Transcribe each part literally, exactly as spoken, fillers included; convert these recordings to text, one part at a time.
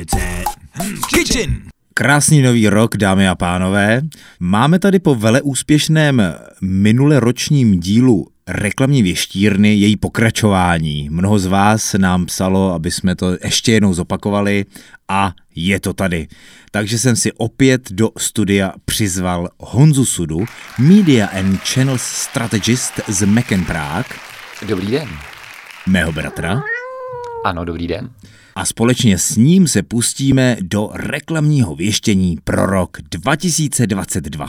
Kitchen. Krásný nový rok, dámy a pánové. Máme tady po veleúspěšném minule ročním dílu reklamní věštírny její pokračování. Mnoho z vás nám psalo, aby jsme to ještě jednou zopakovali a je to tady. Takže jsem si opět do studia přizval Honzu Sudu, Media and Channels Strategist z Meken Prague. Dobrý den. Mého bratra. Ano, dobrý den. A společně s ním se pustíme do reklamního věštění pro rok dva tisíce dvacet dva.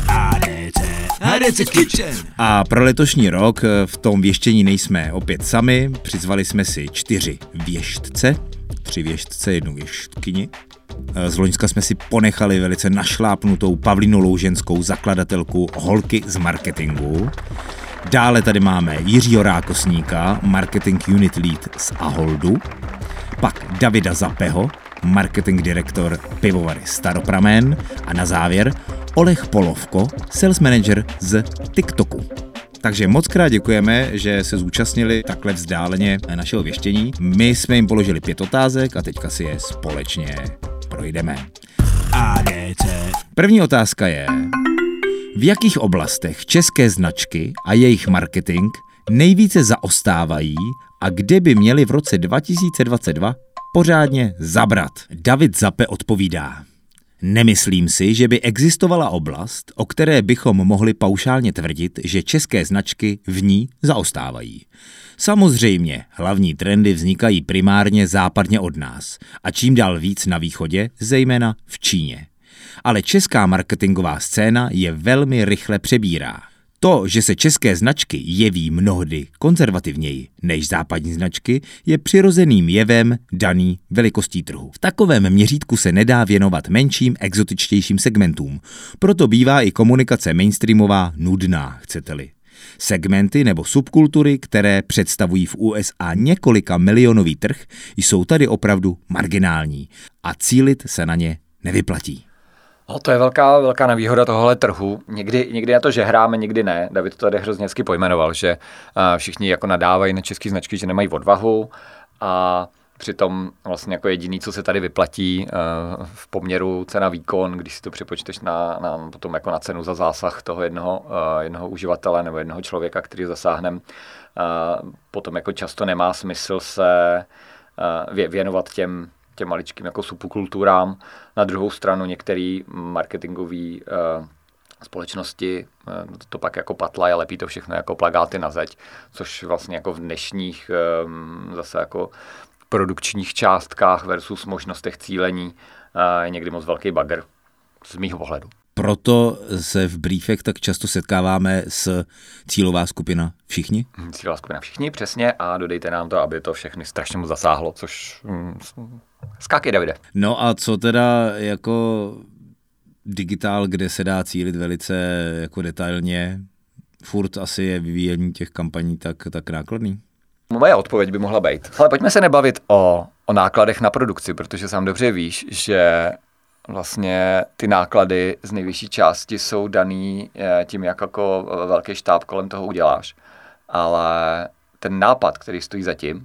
A pro letošní rok v tom věštění nejsme opět sami, přizvali jsme si čtyři věštce, tři věštce, jednu věštkyni. Z loňska jsme si ponechali velice našlápnutou Pavlínu Louženskou, zakladatelku Holky z marketingu. Dále tady máme Jiřího Rákosníka, marketing unit lead z Aholdu. Pak Davida Zapeho, marketing direktor pivovary Staropramen. A na závěr Oleh Polovko, sales manager z TikToku. Takže moc krát děkujeme, že se zúčastnili takhle vzdáleně našeho věštění. My jsme jim položili pět otázek a teďka si je společně projdeme. První otázka je: v jakých oblastech české značky a jejich marketing nejvíce zaostávají a kde by měli v roce dva tisíce dvacet dva pořádně zabrat? David Zape odpovídá: nemyslím si, že by existovala oblast, o které bychom mohli paušálně tvrdit, že české značky v ní zaostávají. Samozřejmě, hlavní trendy vznikají primárně západně od nás a čím dál víc na východě, zejména v Číně. Ale česká marketingová scéna je velmi rychle přebírá. To, že se české značky jeví mnohdy konzervativněji než západní značky, je přirozeným jevem daný velikostí trhu. V takovém měřítku se nedá věnovat menším, exotičtějším segmentům, proto bývá i komunikace mainstreamová nudná, chcete-li. Segmenty nebo subkultury, které představují v U S A několika milionový trh, jsou tady opravdu marginální a cílit se na ně nevyplatí. No, to je velká, velká nevýhoda tohohle trhu. Někdy, někdy na to, že hráme, někdy ne. David to tady hrozně hezky pojmenoval, že uh, všichni jako nadávají na české značky, že nemají odvahu a přitom vlastně jako jediný, co se tady vyplatí uh, v poměru cena-výkon, když si to přepočteš na, na, potom jako na cenu za zásah toho jednoho, uh, jednoho uživatele nebo jednoho člověka, který zasáhnem, uh, potom jako často nemá smysl se uh, vě, věnovat těm těm maličkým jako subkulturám. Na druhou stranu některé marketingové uh, společnosti uh, to pak jako patlají a lepí to všechno jako plagáty na zeď, což vlastně jako v dnešních um, zase jako produkčních částkách versus možnostech cílení uh, je někdy moc velký bagr z mýho pohledu. Proto se v briefech tak často setkáváme s cílová skupina všichni? Cílová skupina všichni, přesně, a dodejte nám to, aby to všechny strašně moc zasáhlo, což mm, skákej, Davide. No a co teda jako digitál, kde se dá cílit velice jako detailně, furt asi je vyvíjení těch kampaní tak, tak nákladný? Moje odpověď by mohla být. Ale pojďme se nebavit o, o nákladech na produkci, protože sám dobře víš, že vlastně ty náklady z nejvyšší části jsou daný tím, jak jako velký štáb kolem toho uděláš. Ale ten nápad, který stojí za tím,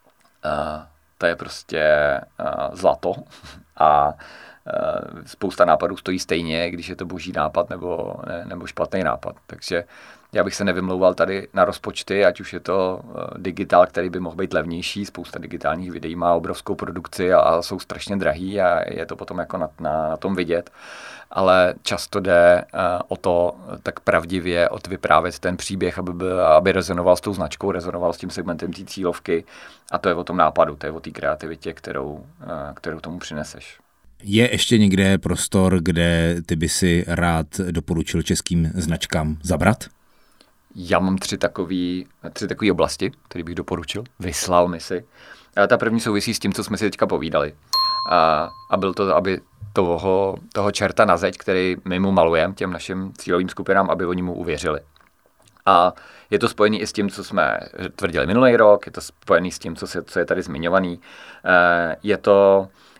to je prostě zlato a spousta nápadů stojí stejně, když je to boží nápad nebo, ne, nebo špatný nápad. Takže já bych se nevymlouval tady na rozpočty, ať už je to digitál, který by mohl být levnější. Spousta digitálních videí má obrovskou produkci a, a jsou strašně drahý a je to potom jako na, na, na tom vidět. Ale často jde uh, o to tak pravdivě odvyprávět ten příběh, aby, byl, aby rezonoval s tou značkou, rezonoval s tím segmentem té cílovky. A to je o tom nápadu, to je o té kreativitě, kterou, uh, kterou tomu přineseš. Je ještě někde prostor, kde ty by si rád doporučil českým značkám zabrat? Já mám tři takové tři takový oblasti, které bych doporučil. Vyslal mi si. A ta první souvisí s tím, co jsme si teďka povídali. A, a byl to, aby toho, toho čerta na zeď, který my mu malujeme, těm našim cílovým skupinám, aby oni mu uvěřili. A je to spojené i s tím, co jsme tvrdili minulý rok, je to spojené s tím, co, se, co je tady zmiňovaný. Je to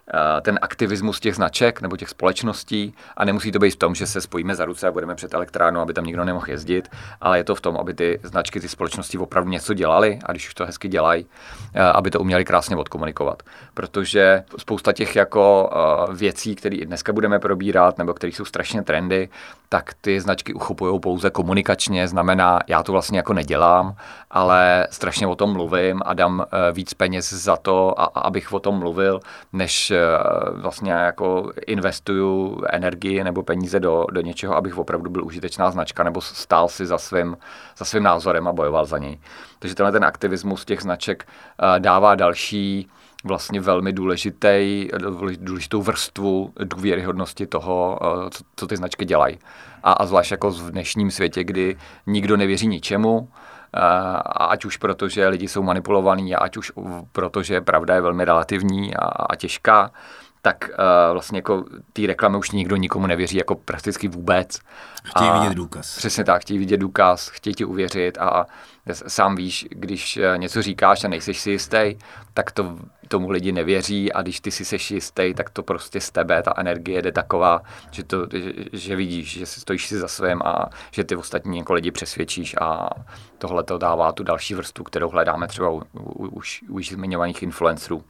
ten aktivismus těch značek nebo těch společností a nemusí to být v tom, že se spojíme za ruce a budeme před elektrárnou, aby tam nikdo nemohl jezdit, ale je to v tom, aby ty značky, ty společnosti opravdu něco dělaly a když už to hezky dělají, aby to uměli krásně odkomunikovat. Protože spousta těch jako věcí, které dneska budeme probírat nebo které jsou strašně trendy, tak ty značky uchopují pouze komunikačně, znamená, já to vlastně jako nedělám, ale strašně o tom mluvím a dám víc peněz za to, a, abych o tom mluvil, než vlastně jako investuju energii nebo peníze do, do něčeho, abych opravdu byl užitečná značka nebo stál si za svým, za svým názorem a bojoval za něj. Takže tenhle ten aktivismus těch značek dává další vlastně velmi důležitý, důležitou vrstvu důvěryhodnosti toho, co, co ty značky dělají. A, a zvlášť jako v dnešním světě, kdy nikdo nevěří ničemu, a ať už proto, že lidi jsou manipulovaní, a ať už proto, že pravda je velmi relativní a, a těžká, tak uh, vlastně jako ty reklamy už nikdo nikomu nevěří jako prakticky vůbec. Chtějí a vidět důkaz. Přesně tak, chtějí vidět důkaz, chtějí ti uvěřit a sám víš, když něco říkáš a nejseš si jistý, tak to tomu lidi nevěří a když ty si seš jistý, tak to prostě z tebe, ta energie jde taková, že, to, že, že vidíš, že si stojíš si za svým a že ty ostatní jako lidi přesvědčíš a tohle to dává tu další vrstvu, kterou hledáme třeba u, u, u, u už zmiňovaných influencerů.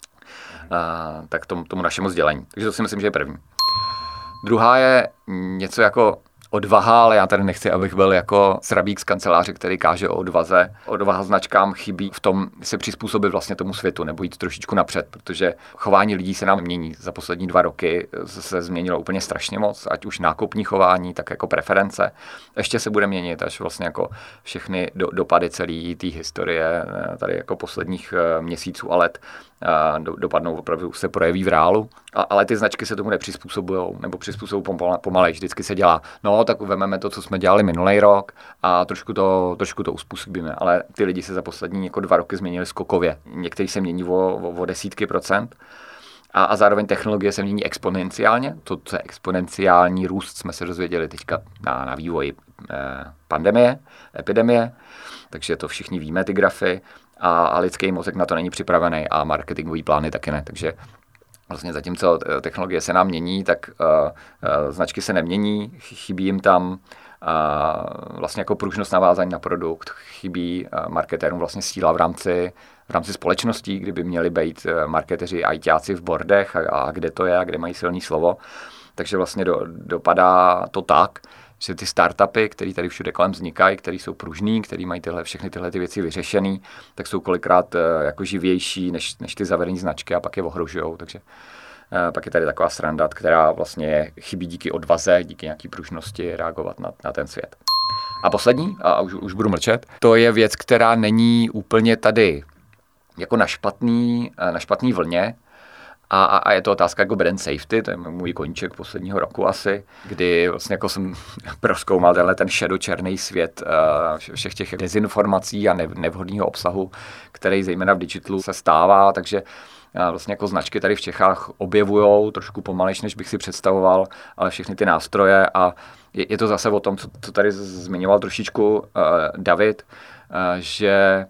Uh, tak tomu, tomu našemu sdělení. Takže to si myslím, že je první. Druhá je něco jako odvaha, ale já tady nechci, abych byl jako srabík z kanceláře, který káže o odvaze. Odvaha značkám chybí v tom se přizpůsobit vlastně tomu světu nebo jít trošičku napřed, protože chování lidí se nám mění. Za poslední dva roky se změnilo úplně strašně moc, ať už nákupní chování, tak jako preference. Ještě se bude měnit, až vlastně jako všechny do, dopady celé té historie tady jako posledních měsíců a let do, dopadnou opravdu, se projeví v reálu. A, ale ty značky se tomu nepřizpůsobují nebo přizpůsobují pomalej. Vždycky se dělá, no tak vezmeme to, co jsme dělali minulý rok a trošku to, trošku to uspůsobíme. Ale ty lidi se za poslední jako dva roky změnili skokově. Někteří se mění o, o, o desítky procent a, a zároveň technologie se mění exponenciálně. To, co je exponenciální růst, jsme se dozvěděli teďka na, na vývoji eh, pandemie, epidemie, takže to všichni víme, ty grafy, a, a lidský mozek na to není připravený a marketingový plány taky ne. Takže vlastně zatímco technologie se nám mění, tak uh, uh, značky se nemění, chybí jim tam uh, vlastně jako pružnost navázání na produkt, chybí uh, marketérům vlastně síla v rámci, v rámci společností, kdyby měli být uh, marketeři ajťáci v boardech a, a kde to je a kde mají silné slovo. Takže vlastně do, dopadá to tak, že ty startupy, které tady všude kolem vznikají, které jsou pružný, které mají tyhle, všechny tyhle ty věci vyřešené, tak jsou kolikrát uh, jako živější než, než ty zavedené značky a pak je ohrožujou. Takže uh, pak je tady taková sranda, která vlastně chybí díky odvaze, díky nějaký pružnosti reagovat na, na ten svět. A poslední, a už, už budu mlčet, to je věc, která není úplně tady jako na špatný, na špatný vlně, A, a je to otázka jako brand safety, to je můj koníček posledního roku asi, kdy vlastně jako jsem prozkoumal tenhle ten šedočerný svět uh, všech těch dezinformací a nevhodného obsahu, který zejména v digitalu se stává, takže uh, vlastně jako značky tady v Čechách objevujou trošku pomalejš, než bych si představoval, ale všechny ty nástroje a je, je to zase o tom, co, co tady zmiňoval trošičku uh, David, uh, že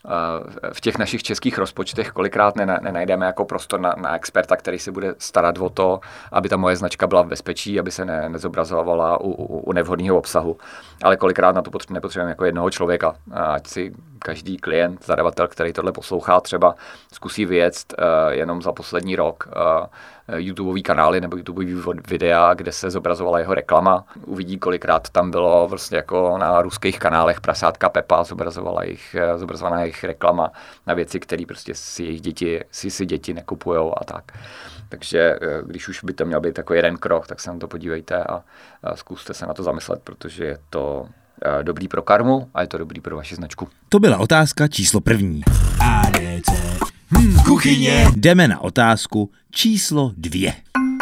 v těch našich českých rozpočtech kolikrát nenajdeme jako prostor na, na experta, který se bude starat o to, aby ta moje značka byla v bezpečí, aby se ne, nezobrazovala u, u, u nevhodného obsahu. Ale kolikrát na to nepotřebujeme jako jednoho člověka. Ať si každý klient, zadavatel, který tohle poslouchá, třeba zkusí vyjet uh, jenom za poslední rok uh, YouTubeový kanály nebo YouTubeový videa, kde se zobrazovala jeho reklama. Uvidí, kolikrát tam bylo vlastně jako na ruských kanálech prasátka Pepa, zobrazovala jich, zobrazovaná jejich reklama na věci, které prostě si jejich děti, si, si děti nekupujou a tak. Takže když už by to měl být takový jeden krok, tak se na to podívejte a, a zkuste se na to zamyslet, protože je to dobrý pro karmu a je to dobrý pro vaši značku. To byla otázka číslo první. A D C hmm, kuchyně. Jdeme na otázku číslo dvě.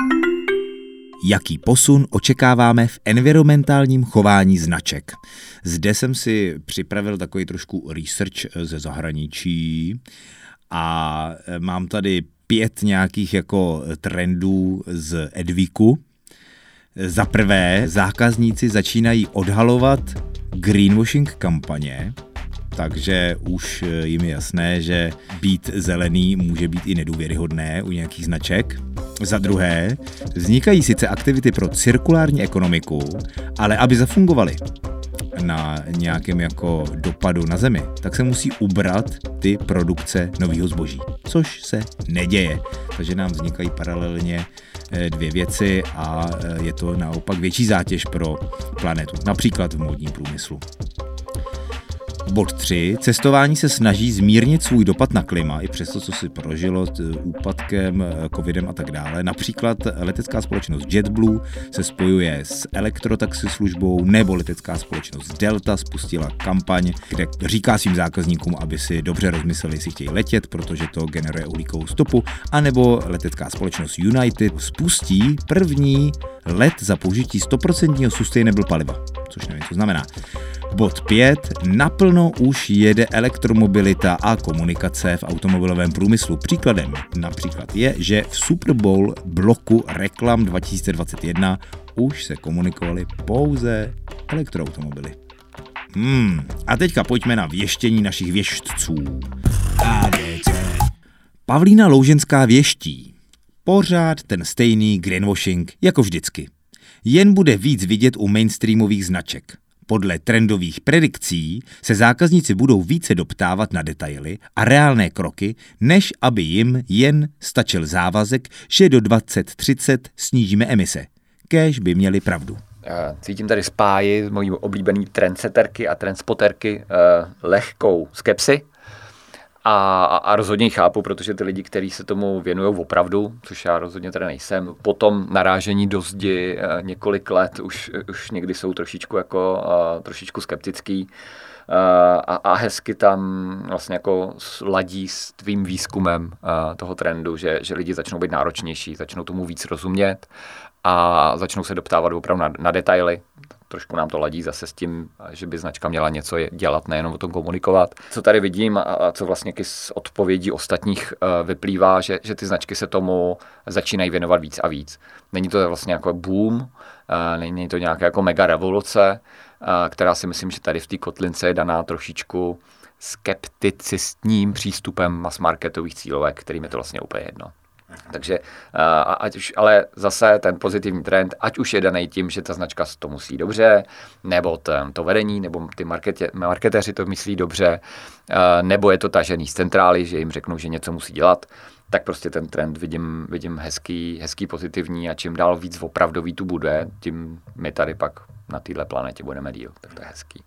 Jaký posun očekáváme v environmentálním chování značek? Zde jsem si připravil takový trošku research ze zahraničí a mám tady pět nějakých jako trendů z Edviku. Za prvé, zákazníci začínají odhalovat greenwashing kampaně. takže už jim je jasné, že být zelený může být i nedůvěryhodné u nějakých značek. Za druhé, vznikají sice aktivity pro cirkulární ekonomiku, ale aby zafungovaly na nějakém jako dopadu na zemi, tak se musí ubrat ty produkce nového zboží, což se neděje. Takže nám vznikají paralelně dvě věci a je to naopak větší zátěž pro planetu, například v módním průmyslu. Bod tři. Cestování se snaží zmírnit svůj dopad na klima, i přesto, co si prožilo úpadkem, covidem a tak dále. Například letecká společnost JetBlue se spojuje s elektrotaxi službou, nebo letecká společnost Delta spustila kampaň, kde říká svým zákazníkům, aby si dobře rozmysleli, jestli chtějí letět, protože to generuje uhlíkovou stopu, anebo letecká společnost United spustí první let za použití sto procent sustainable paliva, což nevím, co znamená. Bod pět. Naplno už jede elektromobilita a komunikace v automobilovém průmyslu. Příkladem například je, že v Super Bowl bloku reklam dva tisíce dvacet jedna už se komunikovaly pouze elektroautomobily. Hmm. A teďka pojďme na věštění našich věštců. Pavlína Louženská věští. Pořád ten stejný greenwashing jako vždycky. Jen bude víc vidět u mainstreamových značek. Podle trendových predikcí se zákazníci budou více doptávat na detaily a reálné kroky, než aby jim jen stačil závazek, že do dvacet třicet snížíme emise. Kéž by měli pravdu. Cítím tady spáji mojí oblíbený trendsetterky a trendspoterky eh, lehkou skepsi. A, a rozhodně chápu, protože ty lidi, kteří se tomu věnují opravdu, což já rozhodně teda nejsem, potom narážení do zdi několik let už, už někdy jsou trošičku jako trošičku skeptický a, a hezky tam vlastně jako ladí s tvým výzkumem toho trendu, že, že lidi začnou být náročnější, začnou tomu víc rozumět a začnou se doptávat opravdu na, na detaily. Trošku nám to ladí zase s tím, že by značka měla něco dělat, nejenom o tom komunikovat. Co tady vidím a co vlastně z odpovědí ostatních vyplývá, že, že ty značky se tomu začínají věnovat víc a víc. Není to vlastně jako boom, není to nějaká jako mega revoluce, která si myslím, že tady v té kotlince je daná trošičku skepticistním přístupem mass marketových cílovek, kterým je to vlastně úplně jedno. Takže, ať už, ale zase ten pozitivní trend, ať už je daný tím, že ta značka to musí dobře, nebo ten, to vedení, nebo ty marketě, marketéři to myslí dobře, nebo je to tažený z centrály, že jim řeknou, že něco musí dělat, tak prostě ten trend vidím, vidím hezký, hezký, pozitivní a čím dál víc opravdový tu bude, tím my tady pak na téhle planetě budeme díl, tak to je hezký.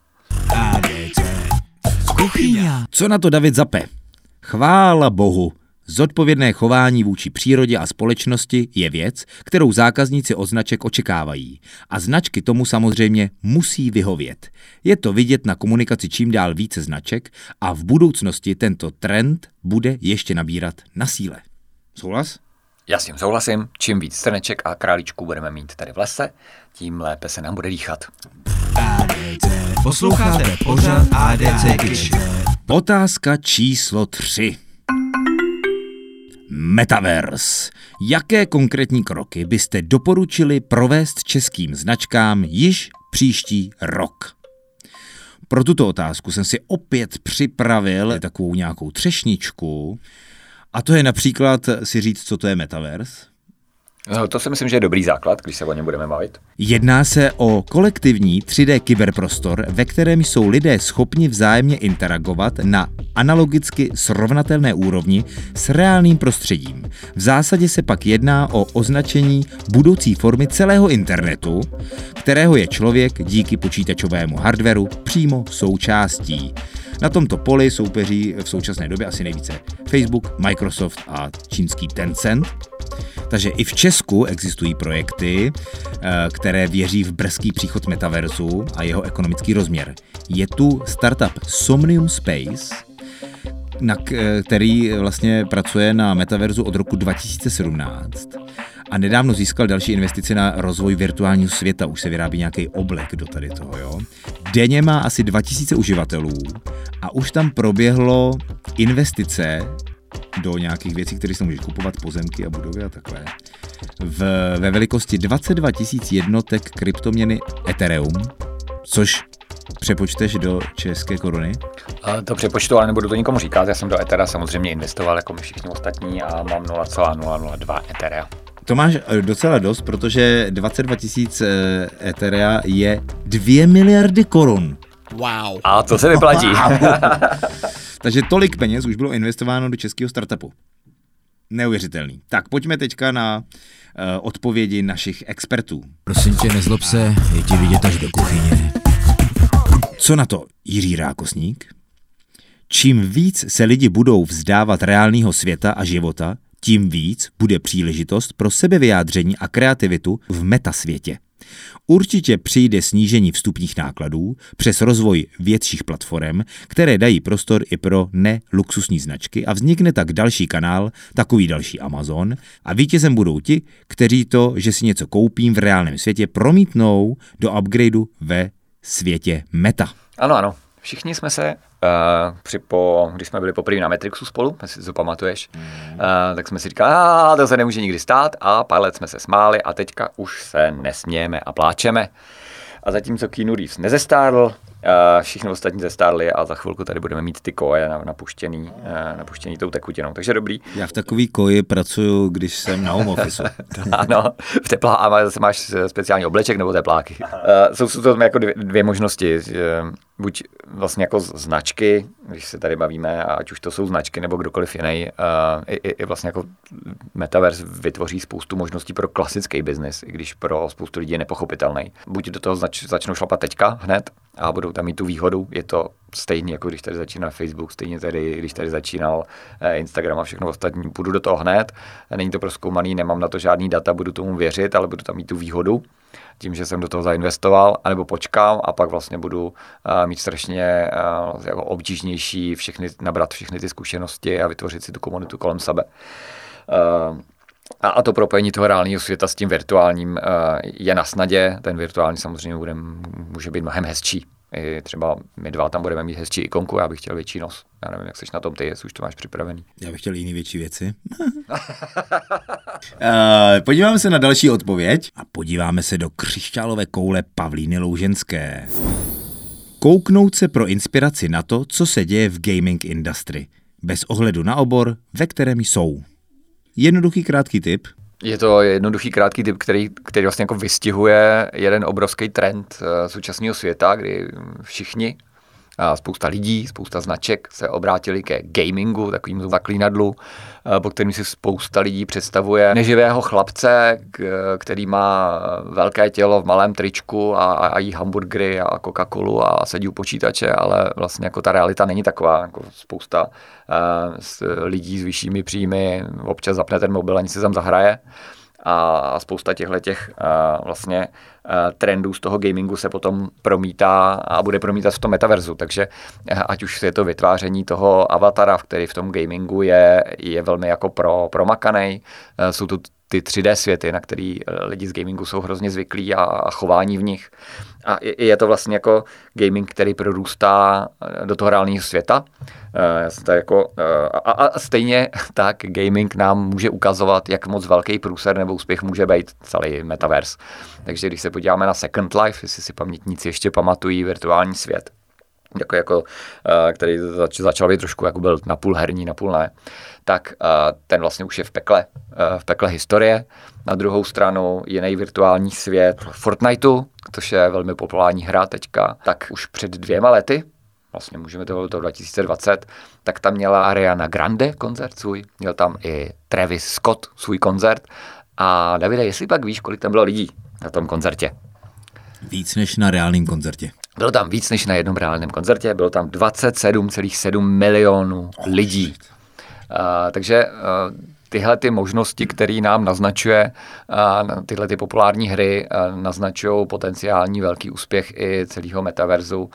Co na to David Zape? Chvála Bohu. Zodpovědné chování vůči přírodě a společnosti je věc, kterou zákazníci od značek očekávají. A značky tomu samozřejmě musí vyhovět. Je to vidět na komunikaci čím dál více značek a v budoucnosti tento trend bude ještě nabírat na síle. Souhlas? Já s tím souhlasím. Čím víc strneček a králíčků budeme mít tady v lese, tím lépe se nám bude dýchat. Posloucháte pořad A D C Kitchen. Otázka číslo tři. Metaverse. Jaké konkrétní kroky byste doporučili provést českým značkám již příští rok? Pro tuto otázku jsem si opět připravil takovou nějakou třešničku, a to je například si říct, co to je Metaverse. No, to si myslím, že je dobrý základ, když se o něm budeme bavit. Jedná se o kolektivní tři dé kyberprostor, ve kterém jsou lidé schopni vzájemně interagovat na analogicky srovnatelné úrovni s reálným prostředím. V zásadě se pak jedná o označení budoucí formy celého internetu, kterého je člověk díky počítačovému hardwaru přímo součástí. Na tomto poli soupeří v současné době asi nejvíce Facebook, Microsoft a čínský Tencent. Takže i v Česku existují projekty, které věří v brzký příchod metaverzu a jeho ekonomický rozměr. Je tu startup Somnium Space, na který vlastně pracuje na metaverzu od roku dva tisíce sedmnáct a nedávno získal další investice na rozvoj virtuálního světa. Už se vyrábí nějaký oblek do tady toho, jo. Denně má asi dva tisíce uživatelů a už tam proběhlo investice do nějakých věcí, které se můžeš kupovat, pozemky a budovy a takhle. V, ve velikosti dvacet dva tisíc jednotek kryptoměny Ethereum, což přepočteš do české koruny? To přepočtu, ale nebudu to nikomu říkat. Já jsem do Ethera samozřejmě investoval jako my všichni ostatní a mám nula celá nula nula dva Etherea. To máš docela dost, protože dvacet dva tisíc Etherea je dvě miliardy korun. Wow. A to se vyplatí. Takže tolik peněz už bylo investováno do českého startupu. Neuvěřitelný. Tak pojďme teďka na uh, odpovědi našich expertů. Prosím tě, nezlob se, je ti vidět až do kuchyně. Co na to Jiří Rákosník? Čím víc se lidi budou vzdávat reálného světa a života, tím víc bude příležitost pro sebevyjádření a kreativitu v metasvětě. Určitě přijde snížení vstupních nákladů přes rozvoj větších platform, které dají prostor i pro neluxusní značky a vznikne tak další kanál, takový další Amazon a vítězem budou ti, kteří to, že si něco koupím v reálném světě, promítnou do upgradeu ve světě meta. Ano, ano. Všichni jsme se, uh, při po, když jsme byli poprvé na Matrixu spolu, jestli si to pamatuješ, mm. uh, tak jsme si říkali, a to se nemůže nikdy stát a pár let jsme se smáli a teďka už se nesmějeme a pláčeme. A zatímco Keanu Reeves nezestárl, uh, všichni ostatní zestárli a za chvilku tady budeme mít ty koje napuštěný, uh, napuštěný tou tekutinou. Takže dobrý. Já v takový koji pracuju, když jsem na home office. Ano, v teplá, a zase máš speciální obleček nebo tepláky. Uh, jsou to jako dvě, dvě možnosti. Buď vlastně jako značky, když se tady bavíme, ať už to jsou značky nebo kdokoliv jiný, uh, i, i vlastně jako Metaverse vytvoří spoustu možností pro klasický biznis, i když pro spoustu lidí je nepochopitelný. Buď do toho zač, začnou šlapat teďka hned a budou tam mít tu výhodu, je to stejný, jako když tady začínal Facebook, stejně tady, když tady začínal Instagram a všechno ostatní, budu do toho hned, není to prozkoumaný, nemám na to žádný data, budu tomu věřit, ale budu tam mít tu výhodu, tím, že jsem do toho zainvestoval, anebo počkám a pak vlastně budu uh, mít strašně uh, jako obtížnější všechny, nabrat všechny ty zkušenosti a vytvořit si tu komunitu kolem sebe. Uh, a, a to propojení toho reálného světa s tím virtuálním uh, je na snadě. Ten virtuální samozřejmě bude, může být mnohem hezčí. I třeba my dva tam budeme mít hezčí ikonku, já bych chtěl větší nos. Já nevím, jak jsi na tom ty, jestli už to máš připravený. Já bych chtěl jiný větší věci. uh, podíváme se na další odpověď a podíváme se do křišťálové koule Pavlíny Louženské. Kouknout se pro inspiraci na to, co se děje v gaming industry, bez ohledu na obor, ve kterém jsou. Jednoduchý krátký tip. Je to jednoduchý krátký tip, který, který vlastně jako vystihuje jeden obrovský trend uh, současného světa, kdy všichni, uh, spousta lidí, spousta značek se obrátili ke gamingu, takovému zaklínadlu, uh, po kterým si spousta lidí představuje neživého chlapce, k, který má velké tělo v malém tričku a, a jí hamburgery a Coca-Colu a sedí u počítače, ale vlastně jako ta realita není taková. Jako spousta uh, s lidí s vyššími příjmy občas zapne ten mobil, ani si tam zahraje. A spousta těchto těch uh, vlastně uh, trendů z toho gamingu se potom promítá a bude promítat v tom metaverzu. Takže uh, ať už je to vytváření toho avatara, který v tom gamingu je, je velmi jako pro, promakanej. Uh, jsou to ty tři dé světy, na který lidi z gamingu jsou hrozně zvyklí a, a chování v nich. A je, je to vlastně jako gaming, který prorůstá do toho reálného světa. Uh, jako, uh, a, a stejně tak gaming nám může ukazovat, jak moc velký průser nebo úspěch může být celý metaverse. Takže když se podíváme na Second Life, jestli si pamětníci ještě pamatují virtuální svět, jako, jako, uh, který zač, začal být trošku jako byl napůl herní, napůl ne, tak uh, ten vlastně už je v pekle, uh, v pekle historie. Na druhou stranu jiný virtuální svět Fortniteu, což je velmi populární hra teďka, tak už před dvěma lety, vlastně můžeme to do dva tisíce dvacet, tak tam měla Ariana Grande koncert svůj, měl tam i Travis Scott svůj koncert. A Davide, jestli pak víš, kolik tam bylo lidí na tom koncertě? Víc než na reálném koncertě. Bylo tam víc než na jednom reálném koncertě, bylo tam dvacet sedm celá sedm milionů lidí. Uh, takže uh, tyhle ty možnosti, které nám naznačuje, uh, tyhle ty populární hry uh, naznačují potenciální velký úspěch i celého metaverzu.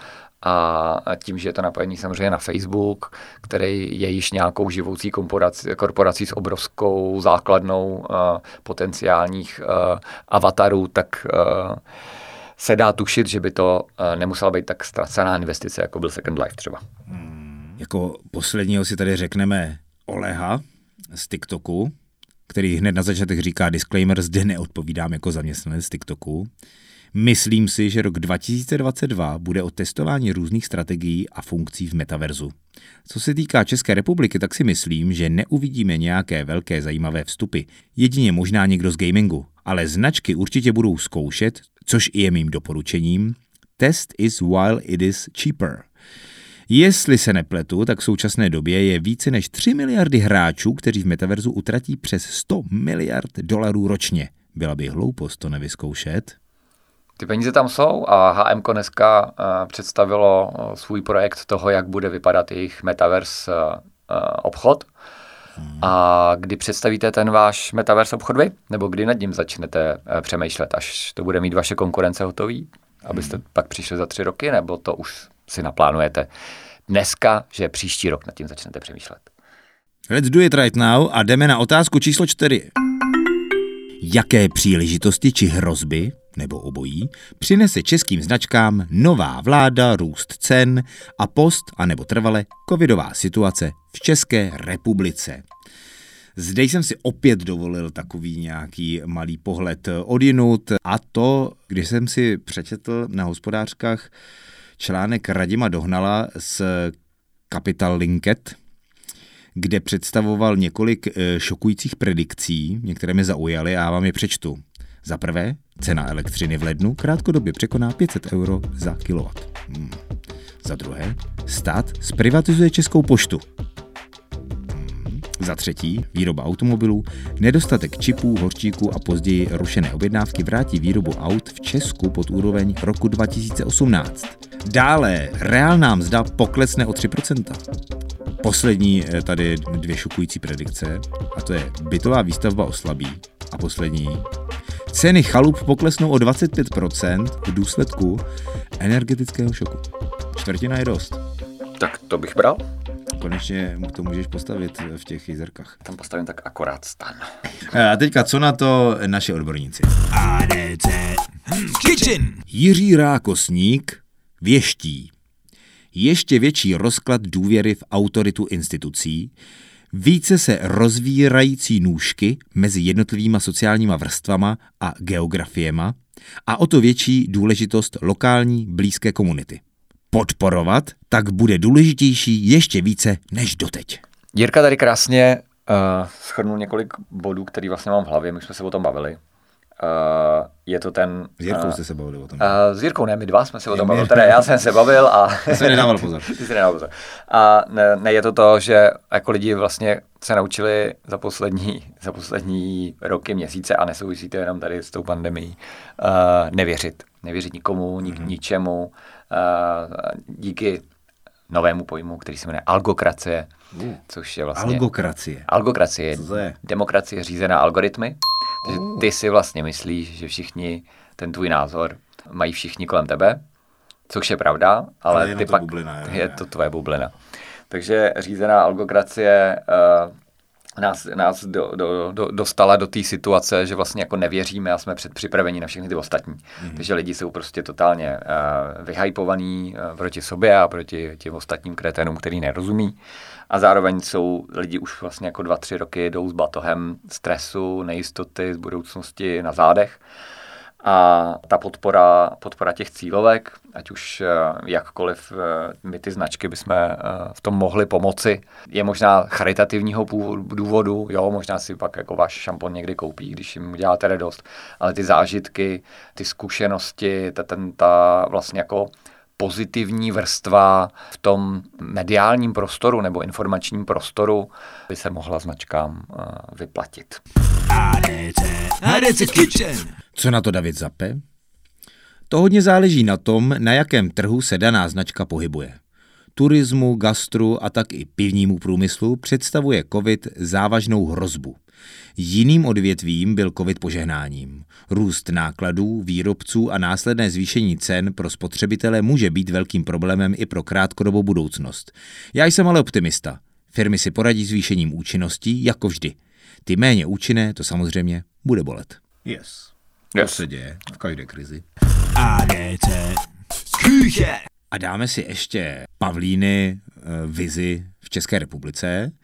A tím, že je to napojení samozřejmě na Facebook, který je již nějakou živoucí korporací, korporací s obrovskou základnou uh, potenciálních uh, avatarů, tak uh, se dá tušit, že by to uh, nemusela být tak ztracená investice, jako byl Second Life třeba. Hmm. Jako posledního si tady řekneme Oleha z TikToku, který hned na začátek říká disclaimer, zde neodpovídám jako zaměstnanec z TikToku. Myslím si, že rok dva tisíce dvacet dva bude o testování různých strategií a funkcí v metaverzu. Co se týká České republiky, tak si myslím, že neuvidíme nějaké velké zajímavé vstupy. Jedině možná někdo z gamingu, ale značky určitě budou zkoušet, což i je mým doporučením. Test is while it is cheaper. Jestli se nepletu, tak v současné době je více než tři miliardy hráčů, kteří v metaverzu utratí přes sto miliard dolarů ročně. Byla by hloupost to nevyzkoušet. Ty peníze tam jsou a H M ko dneska uh, představilo uh, svůj projekt toho, jak bude vypadat jejich metaverse uh, uh, obchod. Hmm. A kdy představíte ten váš metaverse obchod vy? Nebo kdy nad ním začnete uh, přemýšlet, až to bude mít vaše konkurence hotový? Abyste hmm. pak přišli za tři roky, nebo to už si naplánujete dneska, že příští rok nad tím začnete přemýšlet? Let's do it right now a jdeme na otázku číslo čtyři. Jaké příležitosti či hrozby, nebo obojí, přinese českým značkám nová vláda, růst cen a post, anebo trvale covidová situace v České republice? Zde jsem si opět dovolil takový nějaký malý pohled odjinud, a to, když jsem si přečetl na Hospodářkách článek Radima Dohnala z Capital Linket, kde představoval několik šokujících predikcí, některé mě zaujaly a já vám je přečtu. Za prvé, cena elektřiny v lednu krátkodobě překoná pět set euro za kilowatt. Hmm. Za druhé, stát zprivatizuje Českou poštu. Hmm. Za třetí, výroba automobilů, nedostatek čipů, horčíků a později rušené objednávky vrátí výrobu aut v Česku pod úroveň roku dva tisíce osmnáct. Dále, reálná mzda poklesne o tři procenta. Poslední tady dvě šokující predikce, a to je bytová výstavba oslabí. A poslední, ceny chalup poklesnou o dvacet pět procent v důsledku energetického šoku. Čtvrtina je dost. Tak to bych bral. Konečně to můžeš postavit v těch jezerkách. Tam postavím tak akorát stan. A teďka, co na to naši odborníci? A D C Kitchen. Jiří Rákosník věští. Ještě větší rozklad důvěry v autoritu institucí, více se rozvírající nůžky mezi jednotlivýma sociálníma vrstvama a geografiema a o to větší důležitost lokální blízké komunity. Podporovat tak bude důležitější ještě více než doteď. Jirka tady krásně uh, shrnul několik bodů, který vlastně mám v hlavě, my jsme se o tom bavili. Uh, je to ten... S Jirkou uh, jste se bavili o tom. Uh, s Jirkou ne, my dva jsme se o tom bavili, teda já jsem se bavil a... Já jsem nedával pozor. Ty jsi nedával pozor. A ne, ne, je to to, že jako lidi vlastně se naučili za poslední, za poslední roky, měsíce, a nesouvisí to jenom tady s tou pandemií, uh, nevěřit. Nevěřit nikomu, nik, mm-hmm. ničemu. Uh, díky novému pojmu, který se jmenuje algokracie, uh, což je vlastně... Algokracie. Algokracie je demokracie řízená algoritmy. Takže ty si vlastně myslíš, že všichni ten tvůj názor mají všichni kolem tebe, což je pravda, ale, ale ty pak bublina, je, je to tvoje bublina. Takže řízená algokracie uh, nás, nás do, do, do, dostala do té situace, že vlastně jako nevěříme a jsme předpřipraveni na všechny ty ostatní. Mm-hmm. Takže lidi jsou prostě totálně uh, vyhypovaní uh, proti sobě a proti těm ostatním kreténům, který nerozumí. A zároveň jsou lidi už vlastně jako dva, tři roky jdou s batohem stresu, nejistoty z budoucnosti na zádech. A ta podpora, podpora těch cílovek, ať už jakkoliv my ty značky bychom v tom mohli pomoci, je možná charitativního důvodu, jo, možná si pak jako váš šampon někdy koupí, když jim uděláte radost, ale ty zážitky, ty zkušenosti, ta, ten, ta vlastně jako pozitivní vrstva v tom mediálním prostoru nebo informačním prostoru by se mohla značkám uh, vyplatit. A D C A D C Kitchen. Co na to David Zape? To hodně záleží na tom, na jakém trhu se daná značka pohybuje. Turismu, gastru a tak i pivnímu průmyslu představuje covid závažnou hrozbu. Jiným odvětvím byl covid požehnáním. Růst nákladů, výrobců a následné zvýšení cen pro spotřebitele může být velkým problémem i pro krátkodobou budoucnost. Já jsem ale optimista. Firmy si poradí s zvýšením účinností jako vždy. Ty méně účinné to samozřejmě bude bolet. Yes. To yes. se děje v každé krizi. A D C Küche. A dáme si ještě Pavlíny vizi v České republice.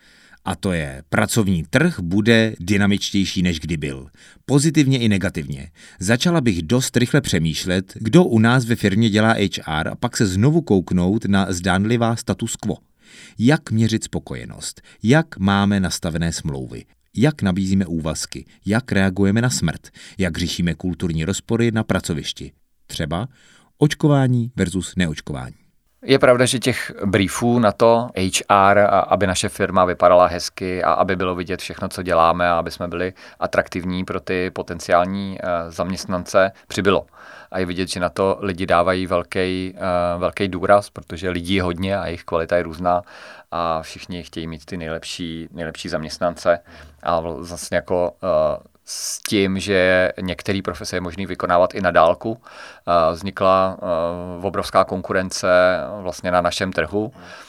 A to je, pracovní trh bude dynamičtější, než kdy byl. Pozitivně i negativně. Začala bych dost rychle přemýšlet, kdo u nás ve firmě dělá há er a pak se znovu kouknout na zdánlivá status quo. Jak měřit spokojenost? Jak máme nastavené smlouvy? Jak nabízíme úvazky? Jak reagujeme na smrt? Jak řešíme kulturní rozpory na pracovišti? Třeba očkování versus neočkování. Je pravda, že těch briefů na to há er, aby naše firma vypadala hezky a aby bylo vidět všechno, co děláme a aby jsme byli atraktivní pro ty potenciální zaměstnance, přibylo. A je vidět, že na to lidi dávají velký, velký důraz, protože lidí je hodně a jejich kvalita je různá a všichni chtějí mít ty nejlepší, nejlepší zaměstnance. A vlastně jako s tím, že některé profese je možné vykonávat i na dálku, vznikla obrovská konkurence vlastně na našem trhu,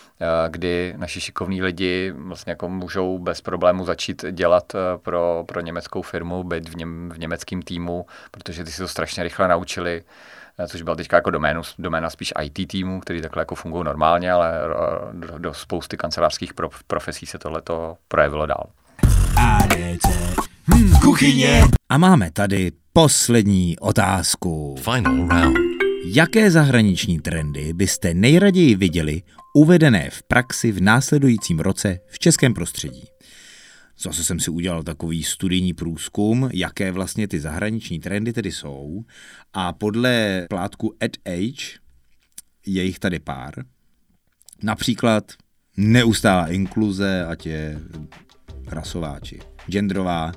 kdy naši šikovní lidi vlastně jako můžou bez problému začít dělat pro, pro německou firmu, být v, něm, v německém týmu, protože ty si to strašně rychle naučili, což byla teďka jako doménu, doména spíš í té týmu, který takhle jako fungují normálně, ale do, do spousty kancelářských profesí se tohleto projevilo dál. á dé cé. Hmm, kuchyně. A máme tady poslední otázku. Final round. Jaké zahraniční trendy byste nejraději viděli uvedené v praxi v následujícím roce v českém prostředí? Zase jsem si udělal takový studijní průzkum, jaké vlastně ty zahraniční trendy tedy jsou. A podle plátku Ad Age je jich tady pár. Například neustálá inkluze, ať je rasová či genderová.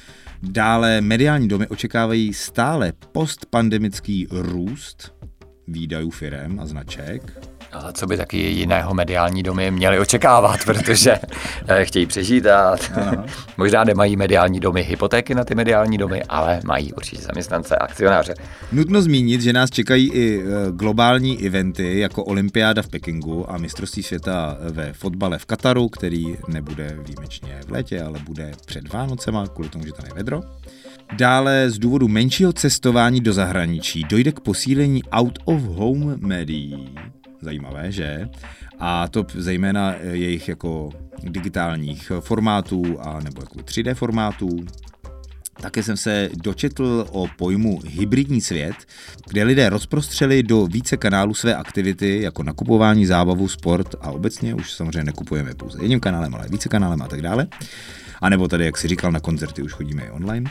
Dále mediální domy očekávají stále postpandemický růst výdajů firem a značek. Ale co by taky jiného mediální domy měly očekávat, protože chtějí přežít a možná nemají mediální domy hypotéky na ty mediální domy, ale mají určitě zaměstnance a akcionáře. Nutno zmínit, že nás čekají i globální eventy jako olympiáda v Pekingu a mistrovství světa ve fotbale v Kataru, který nebude výjimečně v létě, ale bude před Vánocema, kvůli tomu, že tam je vedro. Dále z důvodu menšího cestování do zahraničí dojde k posílení out-of-home médií. Zajímavé, že? A to zejména jejich jako digitálních formátů a nebo jako tři dé formátů. Také jsem se dočetl o pojmu hybridní svět, kde lidé rozprostřeli do více kanálů své aktivity, jako nakupování, zábavu, sport a obecně už samozřejmě nekupujeme pouze jedním kanálem, ale více kanálem a tak dále. A nebo tady, jak si říkal, na koncerty už chodíme i online.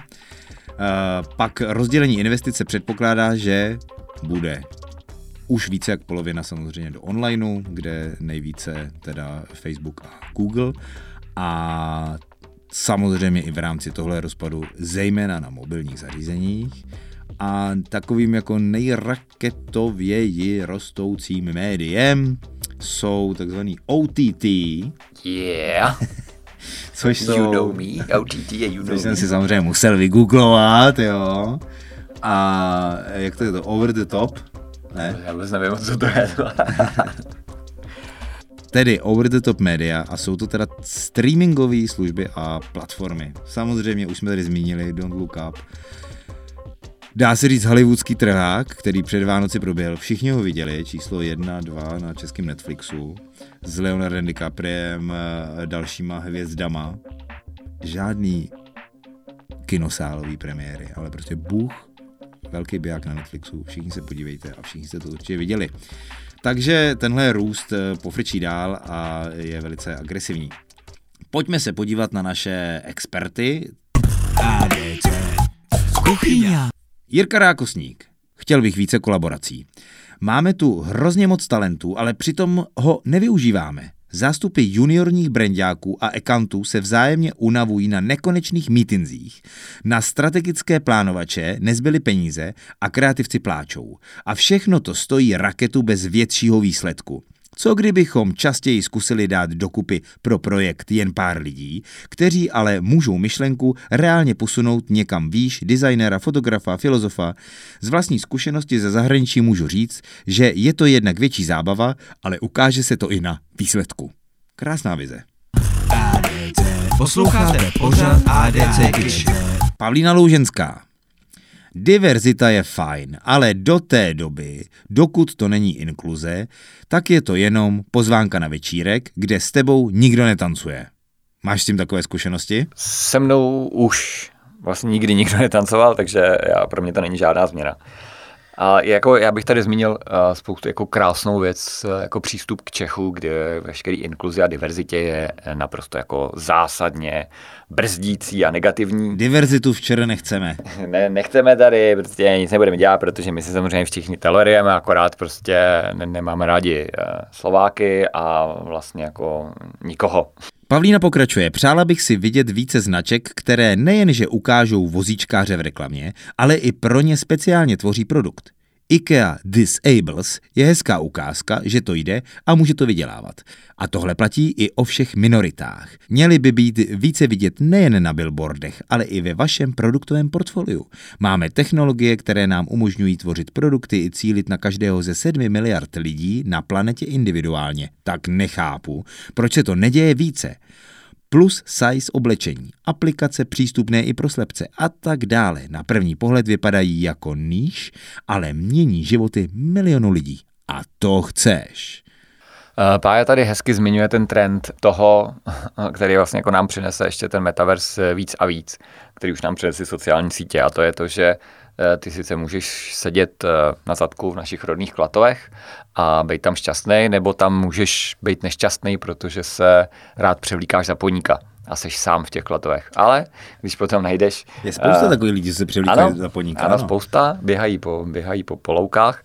Uh, pak rozdělení investice předpokládá, že bude už více jak polovina samozřejmě do onlineu, kde nejvíce teda Facebook a Google a samozřejmě i v rámci tohle rozpadu zejména na mobilních zařízeních a takovým jako nejraketověji rostoucím médiem jsou takzvaný O T T. Yeah. Což you jsou, know me. O T T, you know což jsem me. si samozřejmě musel vygooglovat, jo. A jak to je to? Over the top? Ne? Já vůbec nevím, co to je. Tedy over the top media a jsou to teda streamingové služby a platformy. Samozřejmě už jsme tady zmínili Don't Look Up. Dá se říct hollywoodský trhák, který před Vánoci proběhl. Všichni ho viděli, číslo jedna, dva na českém Netflixu. S Leonardem DiCapriem, dalšíma hvězdama. Žádný kinosálový premiéry, ale prostě Bůh, velký biják na Netflixu, všichni se podívejte a všichni jste to určitě viděli. Takže tenhle růst pofrčí dál a je velice agresivní. Pojďme se podívat na naše experty. á dé cé. Kuchyně. Jirka Rákosník. Chtěl bych více kolaborací. Máme tu hrozně moc talentů, ale přitom ho nevyužíváme. Zástupy juniorních brandáků a accountů se vzájemně unavují na nekonečných mítinzích. Na strategické plánovače nezbyly peníze a kreativci pláčou. A všechno to stojí raketu bez většího výsledku. Co kdybychom častěji zkusili dát dokupy pro projekt jen pár lidí, kteří ale můžou myšlenku reálně posunout někam výš, designéra, fotografa, filozofa. Z vlastní zkušenosti ze zahraničí můžu říct, že je to jednak větší zábava, ale ukáže se to i na výsledku. Krásná vize. á dé cé. Posloucháte pořad á dé cé Kitchen. Pavlína Louženská. Diverzita je fajn, ale do té doby, dokud to není inkluze, tak je to jenom pozvánka na večírek, kde s tebou nikdo netancuje. Máš s tím takové zkušenosti? Se mnou už vlastně nikdy nikdo netancoval, takže já, pro mě to není žádná změna. A jako já bych tady zmínil uh, spoustu jako krásnou věc, uh, jako přístup k Čechu, kde veškerý inkluzi a diverzitě je naprosto jako zásadně brzdící a negativní. Diverzitu včera nechceme. Ne, nechceme tady, prostě nic nebudeme dělat, protože my si samozřejmě všichni tolerujeme, akorát prostě ne, nemáme rádi uh, Slováky a vlastně jako nikoho. Pavlína pokračuje. Přála bych si vidět více značek, které nejenže ukážou vozíčkáře v reklamě, ale i pro ně speciálně tvoří produkt. IKEA Disables je hezká ukázka, že to jde a může to vydělávat. A tohle platí i o všech minoritách. Měly by být více vidět nejen na billboardech, ale i ve vašem produktovém portfoliu. Máme technologie, které nám umožňují tvořit produkty i cílit na každého ze sedmi miliard lidí na planetě individuálně. Tak nechápu, proč se to neděje více. Plus size oblečení, aplikace přístupné i pro slepce a tak dále. Na první pohled vypadají jako níž, ale mění životy milionů lidí. A to chceš. Pája tady hezky zmiňuje ten trend toho, který vlastně jako nám přinese ještě ten metaverse víc a víc, který už nám přinesly sociální sítě, a to je to, že ty sice můžeš sedět na zadku v našich rodných Klatovech a být tam šťastný, nebo tam můžeš být nešťastný, protože se rád převlíkáš za poníka a seš sám v těch Klatovech. Ale když potom najdeš... Je spousta uh, takových lidí, co se převlíkají za poníka. Ano, ano, spousta, běhají po, běhají po, po loukách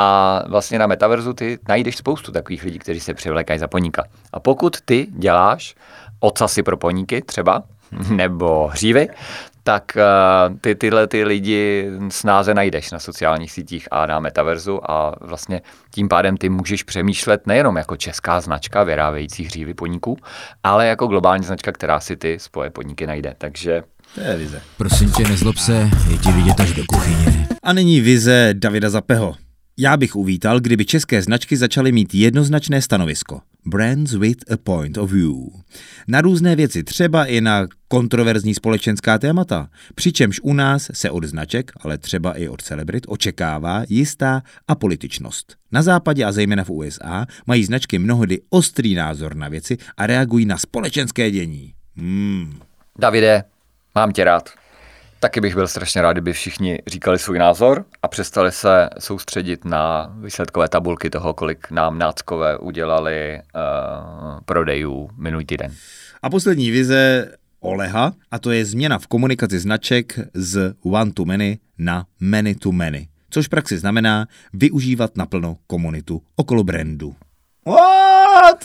a vlastně na metaverzu ty najdeš spoustu takových lidí, kteří se převlékají za poníka. A pokud ty děláš ocasy pro poníky třeba, nebo hřívy, tak uh, ty, tyhle ty lidi snáze najdeš na sociálních sítích a na metaverzu a vlastně tím pádem ty můžeš přemýšlet nejenom jako česká značka vyrábějící hřívy poníků, ale jako globální značka, která si ty svoje poníky najde. Takže to je vize. Prosím tě, nezlob se, je ti vidět až do kuchyně. A nyní vize Davida Zapeho. Já bych uvítal, kdyby české značky začaly mít jednoznačné stanovisko. Brands with a point of view. Na různé věci, třeba i na kontroverzní společenská témata. Přičemž u nás se od značek, ale třeba i od celebrit, očekává jistá apolitičnost. Na západě a zejména v U S A mají značky mnohdy ostrý názor na věci a reagují na společenské dění. Hmm. Davide, mám tě rád. Taky bych byl strašně rád, kdyby všichni říkali svůj názor a přestali se soustředit na výsledkové tabulky toho, kolik nám náckové udělali uh, prodejů minulý týden. A poslední vize Oleha, a to je změna v komunikaci značek z one to many na many to many, což v praxi znamená využívat naplno komunitu okolo brandu. What?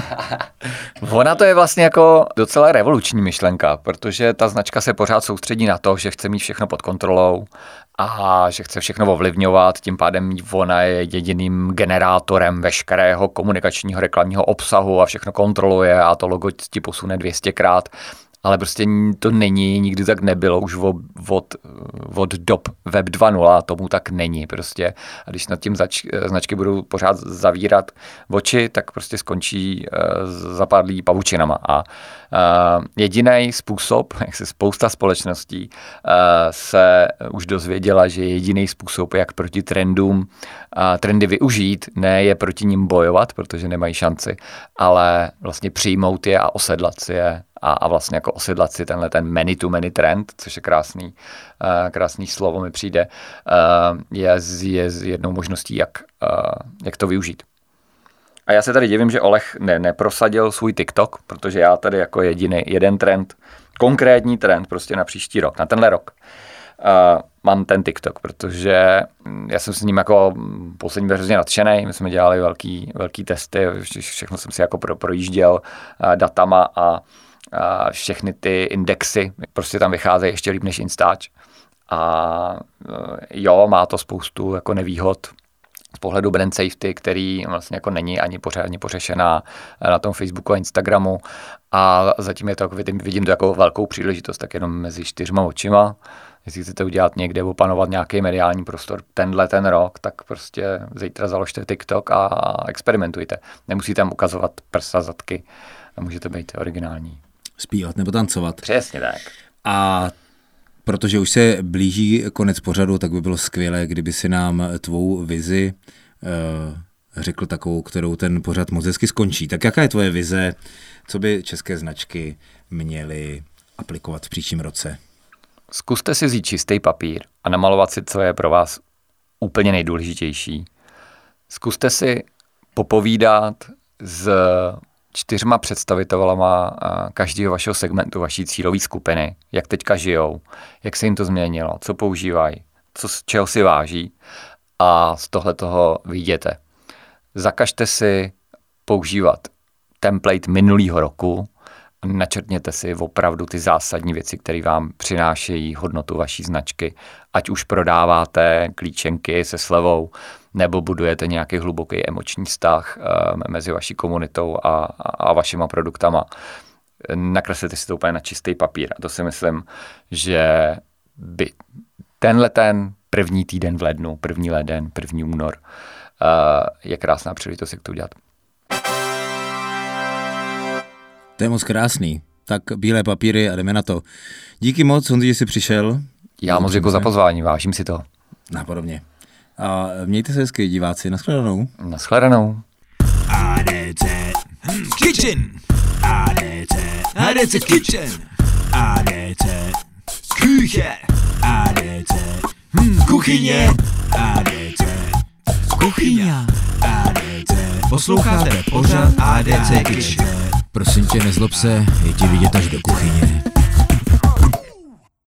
Ona to je vlastně jako docela revoluční myšlenka, protože ta značka se pořád soustředí na to, že chce mít všechno pod kontrolou a že chce všechno ovlivňovat, tím pádem ona je jediným generátorem veškerého komunikačního reklamního obsahu a všechno kontroluje a to logo ti posune dvě stě krát. Ale prostě to není, nikdy tak nebylo, už od, od, od dob web dva tečka nula tomu tak není prostě. A když nad tím zač, značky budou pořád zavírat oči, tak prostě skončí uh, zapadlý pavučinama. A uh, jediný způsob, jak se spousta společností uh, se už dozvěděla, že jediný způsob, jak proti trendům uh, trendy využít, ne je proti nim bojovat, protože nemají šanci, ale vlastně přijmout je a osedlat si je. A, a vlastně jako osedlat si tenhle ten many to many trend, což je krásný, uh, krásný slovo mi přijde, uh, je, je jednou možností, jak, uh, jak to využít. A já se tady divím, že Oleh ne, neprosadil svůj TikTok, protože já tady jako jediný jeden trend, konkrétní trend prostě na příští rok, na tenhle rok, uh, mám ten TikTok, protože já jsem s ním jako poslední hrozně nadšenej, my jsme dělali velký, velký testy, všechno jsem si jako pro, projížděl uh, datama a a všechny ty indexy prostě tam vycházejí ještě líp než Instač. A jo, má to spoustu jako nevýhod z pohledu brand safety, který vlastně jako není ani pořádně pořešená na tom Facebooku a Instagramu. A zatím je to, vidím, vidím to jako velkou příležitost, tak jenom mezi čtyřma očima. Jestli chcete udělat někde, opanovat nějaký mediální prostor tenhle ten rok, tak prostě zítra založte TikTok a experimentujte. Nemusíte tam ukazovat prsa, zadky a můžete být originální. Zpívat nebo tancovat. Přesně tak. A protože už se blíží konec pořadu, tak by bylo skvělé, kdyby si nám tvou vizi uh, řekl takovou, kterou ten pořad moc hezky skončí. Tak jaká je tvoje vize, co by české značky měly aplikovat v příštím roce? Zkuste si vzít čistý papír a namalovat si, co je pro vás úplně nejdůležitější. Zkuste si popovídat s čtyřma představitelama každého vašeho segmentu, vaší cílové skupiny, jak teďka žijou, jak se jim to změnilo, co používají, co, z čeho si váží a z tohle toho vyjděte. Zakažte si používat template minulého roku a načrtněte si opravdu ty zásadní věci, které vám přinášejí hodnotu vaší značky. Ať už prodáváte klíčenky se slevou, nebo budujete nějaký hluboký emoční vztah uh, mezi vaší komunitou a, a, a vašima produktama. Nakreslete si to úplně na čistý papír. A to si myslím, že by tenhle ten první týden v lednu, první leden, první únor uh, je krásná příležitost, jak to udělat. To je moc krásný. Tak bílé papíry a jdeme na to. Díky moc, Honzi, že jsi přišel. Já moc děkuji za pozvání, vážím si to. Napodobně. A mějte se hezky, diváci. Naschledanou. Naschledanou. A D C Kitchen. A D C A D C Kitchen. A D C Küche. A D C hm, kuchyně. A D C kuchyně. A D C Posloucháte pořad A D C Kitchen. Prosím tě, nezlob se, je ti vidět až do kuchyně.